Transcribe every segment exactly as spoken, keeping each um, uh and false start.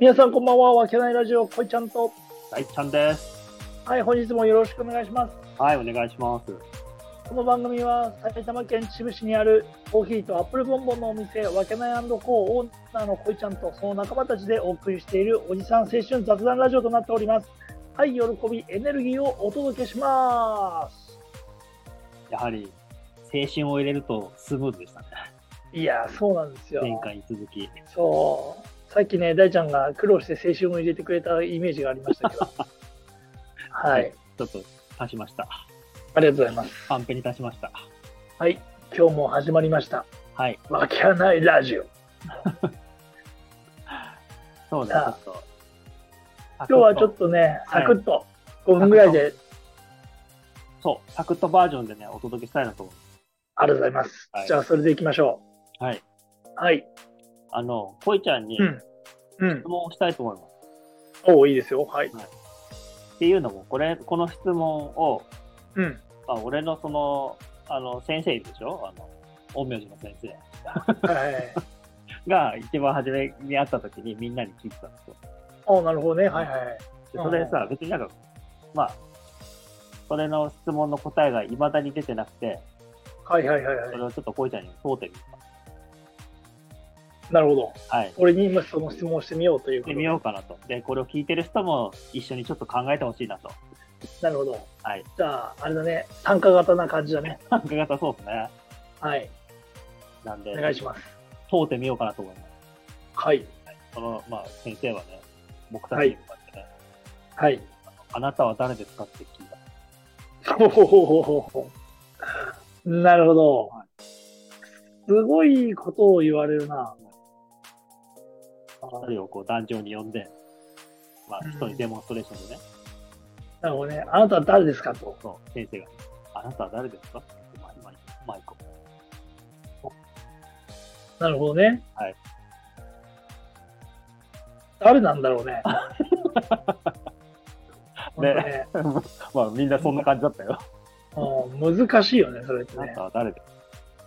皆さんこんばんは。わけないラジオ、こいちゃんと。 大ちゃんです。 はい、本日もよろしくお願いします。 はい、お願いします。 この番組は埼玉県秩父市にあるコーヒーとアップルボンボンのお店、わけない&コーオーナーのこいちゃんとその仲間たちでお送りしているおじさん青春雑談ラジオとなっております。はい、喜び、エネルギーをお届けします。 やはり青春を入れるとスムーズでしたね。 いや、そうなんですよ。 前回に続き。 そう。さっきね、大ちゃんが苦労して青春を入れてくれたイメージがありましたけど。はい。 ちょっと足しました。 ありがとうございます。 カンペに足しました。 はい。今日も始まりました。 はい。 わけないラジオ。 そうね、ちょっと。 今日はちょっとね、サクッとごふんぐらいで、 そう、サクッとバージョンでね、お届けしたいなと思う。 ありがとうございます。はい、じゃあ、それでいきましょう。はい。 はい。 あの、こいちゃんに質問をしたいと思います。 うんうん、おお、いいですよ。はい。はい、 っていうのも、これ、この質問を、 うん。 まあ、俺のその、あの、先生いるでしょ、あの、陰陽師の先生。はい。が、一番初めに会った時にみんなに聞いてたんですよ。 ああ、なるほどね。はいはい。 でそれさ、別になんか、まあ、それの質問の答えがいまだに出てなくて、 はいはいはいはい。 それをちょっとこいちゃんに問うてみた。 なるほど。 はい。 俺に今その質問をしてみようということで。 してみようかなと。で、これを聞いてる人も一緒にちょっと考えてほしいなと。 なるほど。 はい。 じゃあ、あれだね、参加型な感じだね。 参加型そうですね。 はい。 なんで、 お願いします。 問うてみようかなと思います。 はい。 その、まあ、先生はね、僕たちに向かってね、 はい。 あなたは誰ですかって聞いた。 ほほほほほほ。なるほど。はい、すごいことを言われるな。 二人をこう壇上に呼んで、まあ、人にデモンストレーションでね。 なるほどね。あなたは誰ですかと。 そう、先生が、あなたは誰ですかって言って、マイコ。 なるほどね。 はい。 誰なんだろうね。 ね, ねまあみんなそんな感じだったよ。 難しいよね、それってね。 あなたは誰ですか。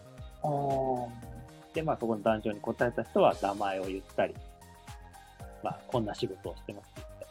で、まあそこの壇上に答えた人は名前を言ったり、まあこんな仕事をしてますって言ったり。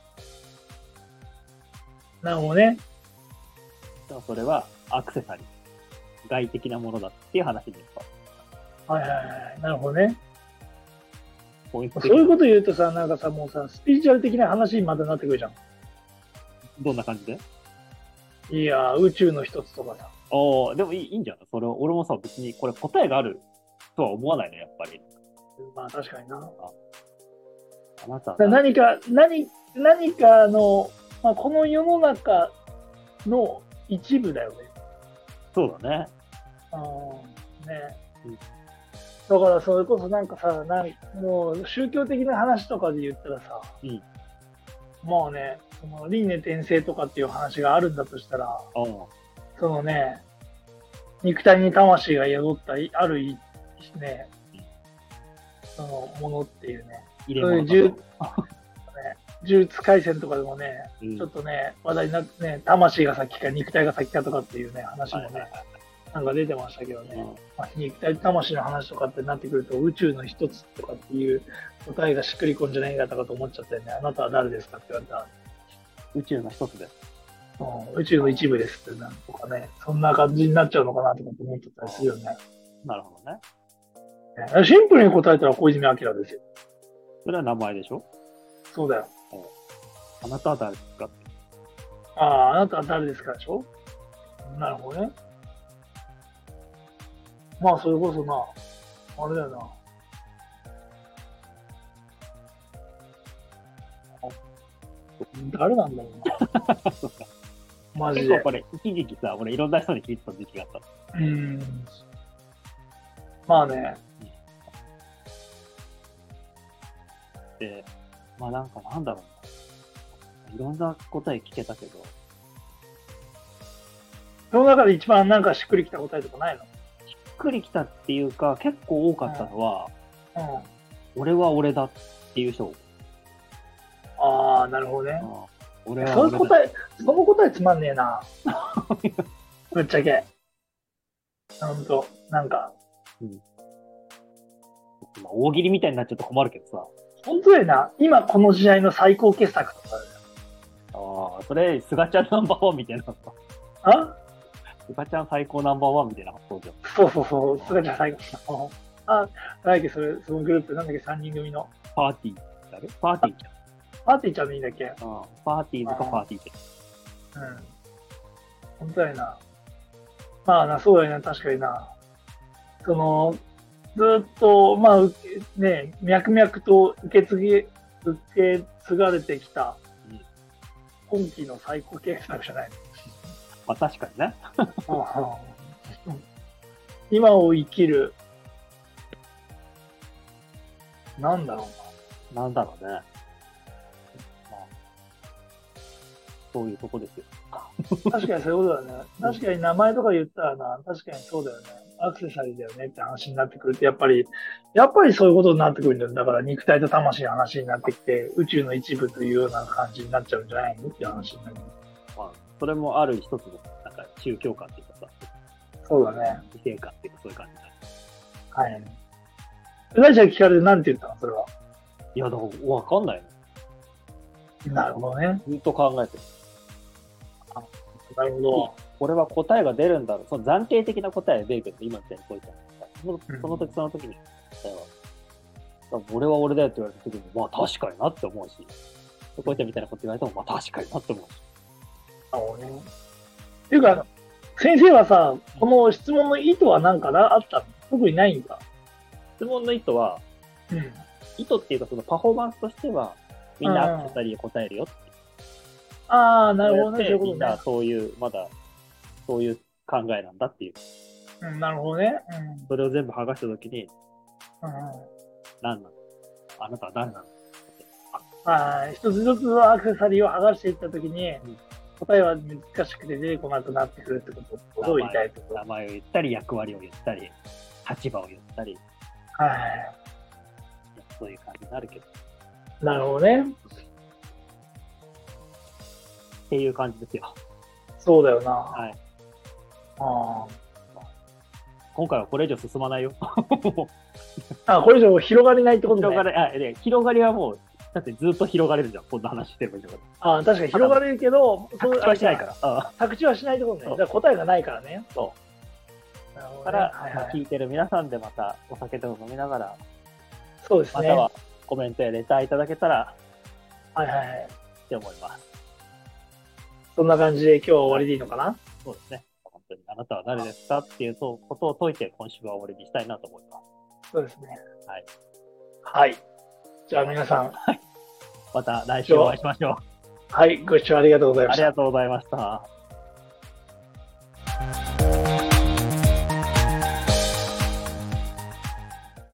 なるほどね。 でもそれはアクセサリー、外的なものだっていう話ですか。 はいはいはい、なるほどね。そういうこと言うとさ、なんかさ、もうさ、スピリチュアル的な話にまたなってくるじゃん。 どんな感じで？ いや、宇宙の一つとかさ。 ああ、でもいい、いいんじゃない？それを、俺もさ、別にこれ答えがあるとは思わないね、やっぱり。 まあ確かにな。ああなた何か、何、何かの、まあ、この世の中の一部だよね。 そうだね。 あね、うん。だからそれこそなんかさ、なんもう宗教的な話とかで言ったらさ、うん、もうね、その輪廻転生とかっていう話があるんだとしたら、うん、そのね、肉体に魂が宿ったあるね、そのものっていうね、そういう呪、ね、呪術廻戦とかでもね、うん、ちょっとね、話題になってね、魂が先か肉体が先かとかっていうね、話もね、はいはいはい、なんか出てましたけどね、うん、まあ、肉体魂の話とかってなってくると、宇宙の一つとかっていう答えがしっくりこんじゃないかとかと思っちゃってね、あなたは誰ですかって言われたら、 宇宙の一つです。 うん、宇宙の一部ですってなんとかね、そんな感じになっちゃうのかなとかって思ってたりするよね。 なるほどね。 シンプルに答えたら小泉明ですよ。 それは名前でしょ？ そうだよ。 あなたは誰ですかって。 ああ、あなたは誰ですかでしょ？なるほどね。まあ、それこそな、あれだよな。誰なんだろうな。マジで。 結構これ、一時期さ、俺いろんな人に聞いてた時期があった。 うん。まあね。 で、まあなんかなんだろうな。いろんな答え聞けたけど。 その中で一番なんかしっくりきた答えとかないの？ しっくりきたっていうか、結構多かったのは、 うんうん、 俺は俺だっていう人。 ああ、なるほどね。 俺は俺だ。その答え、その答えつまんねえな。ぶっちゃけ。ほんと、なんか。 うん。大喜利みたいになっちゃうと困るけどさ。 本当だよな。今この時代の最高傑作とかああ、それ、すがちゃんナンバーワンみたいな。 あすがちゃん最高ナンバーワンみたいな発想じゃん。 そうそうそう、すがちゃん最高。あ、なんだっけ、それ、そのグループ、なんだっけ、さんにん組の。 パーティーだろパーティーちゃん。 パーティーちゃんでいいんだっけ。うん。 パーティーズかパーティーちゃん。うん。本当だよな。まあな、そうだよな、確かにな。その、ずっと、まあ、ね、脈々と受け継ぎ、受け継がれてきた、今期の最高傑作じゃないの。 まあ確かにね。 今を生きる、なんだろうな。なんだろうね。まあ、そういうとこですよ。 確かにそういうことだね。確かに名前とか言ったらな、確かにそうだよね。アクセサリーだよねって話になってくると、やっぱり、やっぱりそういうことになってくるんだよ。だから肉体と魂の話になってきて、宇宙の一部というような感じになっちゃうんじゃないのっていう話になる。 まあ、それもある一つの、なんか宗教観っていうかさ。 そうだね。 異性観っていうかそういう感じだ。 はい。大ちゃん聞かれて何て言ったのそれは。 いや、だからわかんないの。なるほどね。 ずっと考えてる。 あ、なるほど。 これは答えが出るんだろう。その暫定的な答えが出るけど、今みたいにこういったそのその時その時に答えは、俺は俺だよって言われた時に、まあ確かになって思うし、こういったみたいなこと言われても、まあ確かになって思うし。 なるほどね。っていうか、先生はさ、この質問の意図は何かなあったの？特にないんか。 質問の意図は、うん、意図っていうかそのパフォーマンスとしては、みんなアクセサリーを答えるよって。 ああ、なるほどね。そういうことね。 みんなそういう、まだ、そういう考えなんだっていう。 うん、なるほどね。 うん、それを全部剥がしたときに、 うん、 何なの？あなたは誰なの？ はい、一つ一つアクセサリーを剥がしていったときに、うん、答えは難しくて出てこなくなってくるってことを言いたいところ。 名前を言ったり、役割を言ったり、立場を言ったり。 はい。 そういう感じになるけど。 なるほどね。 っていう感じですよ。 そうだよな。 はい。 あ今回はこれ以上進まないよ。 あ、これ以上広がれないってことね。 広がれ、あ、で、広がりはもう、だってずっと広がれるじゃん。こんな話してればいいんだから。 ああ、確かに広がれるけど、 着地はしないから。 着地はしないってことね。だから答えがないからね。 そう。だから、はいはい、聞いてる皆さんでまたお酒とか飲みながら、 そうですね。 またはコメントやレターいただけたら、 はいはいはい。 って思います。 そんな感じで今日は終わりでいいのかな、はい、 そうですね。本当にあなたは誰ですかっていうことを解いて今週は終わりにしたいなと思います。 そうですね。 はい。 はい。じゃあ皆さん。 はい。また来週お会いしましょう。 はい。ご視聴ありがとうございました。 ありがとうございました。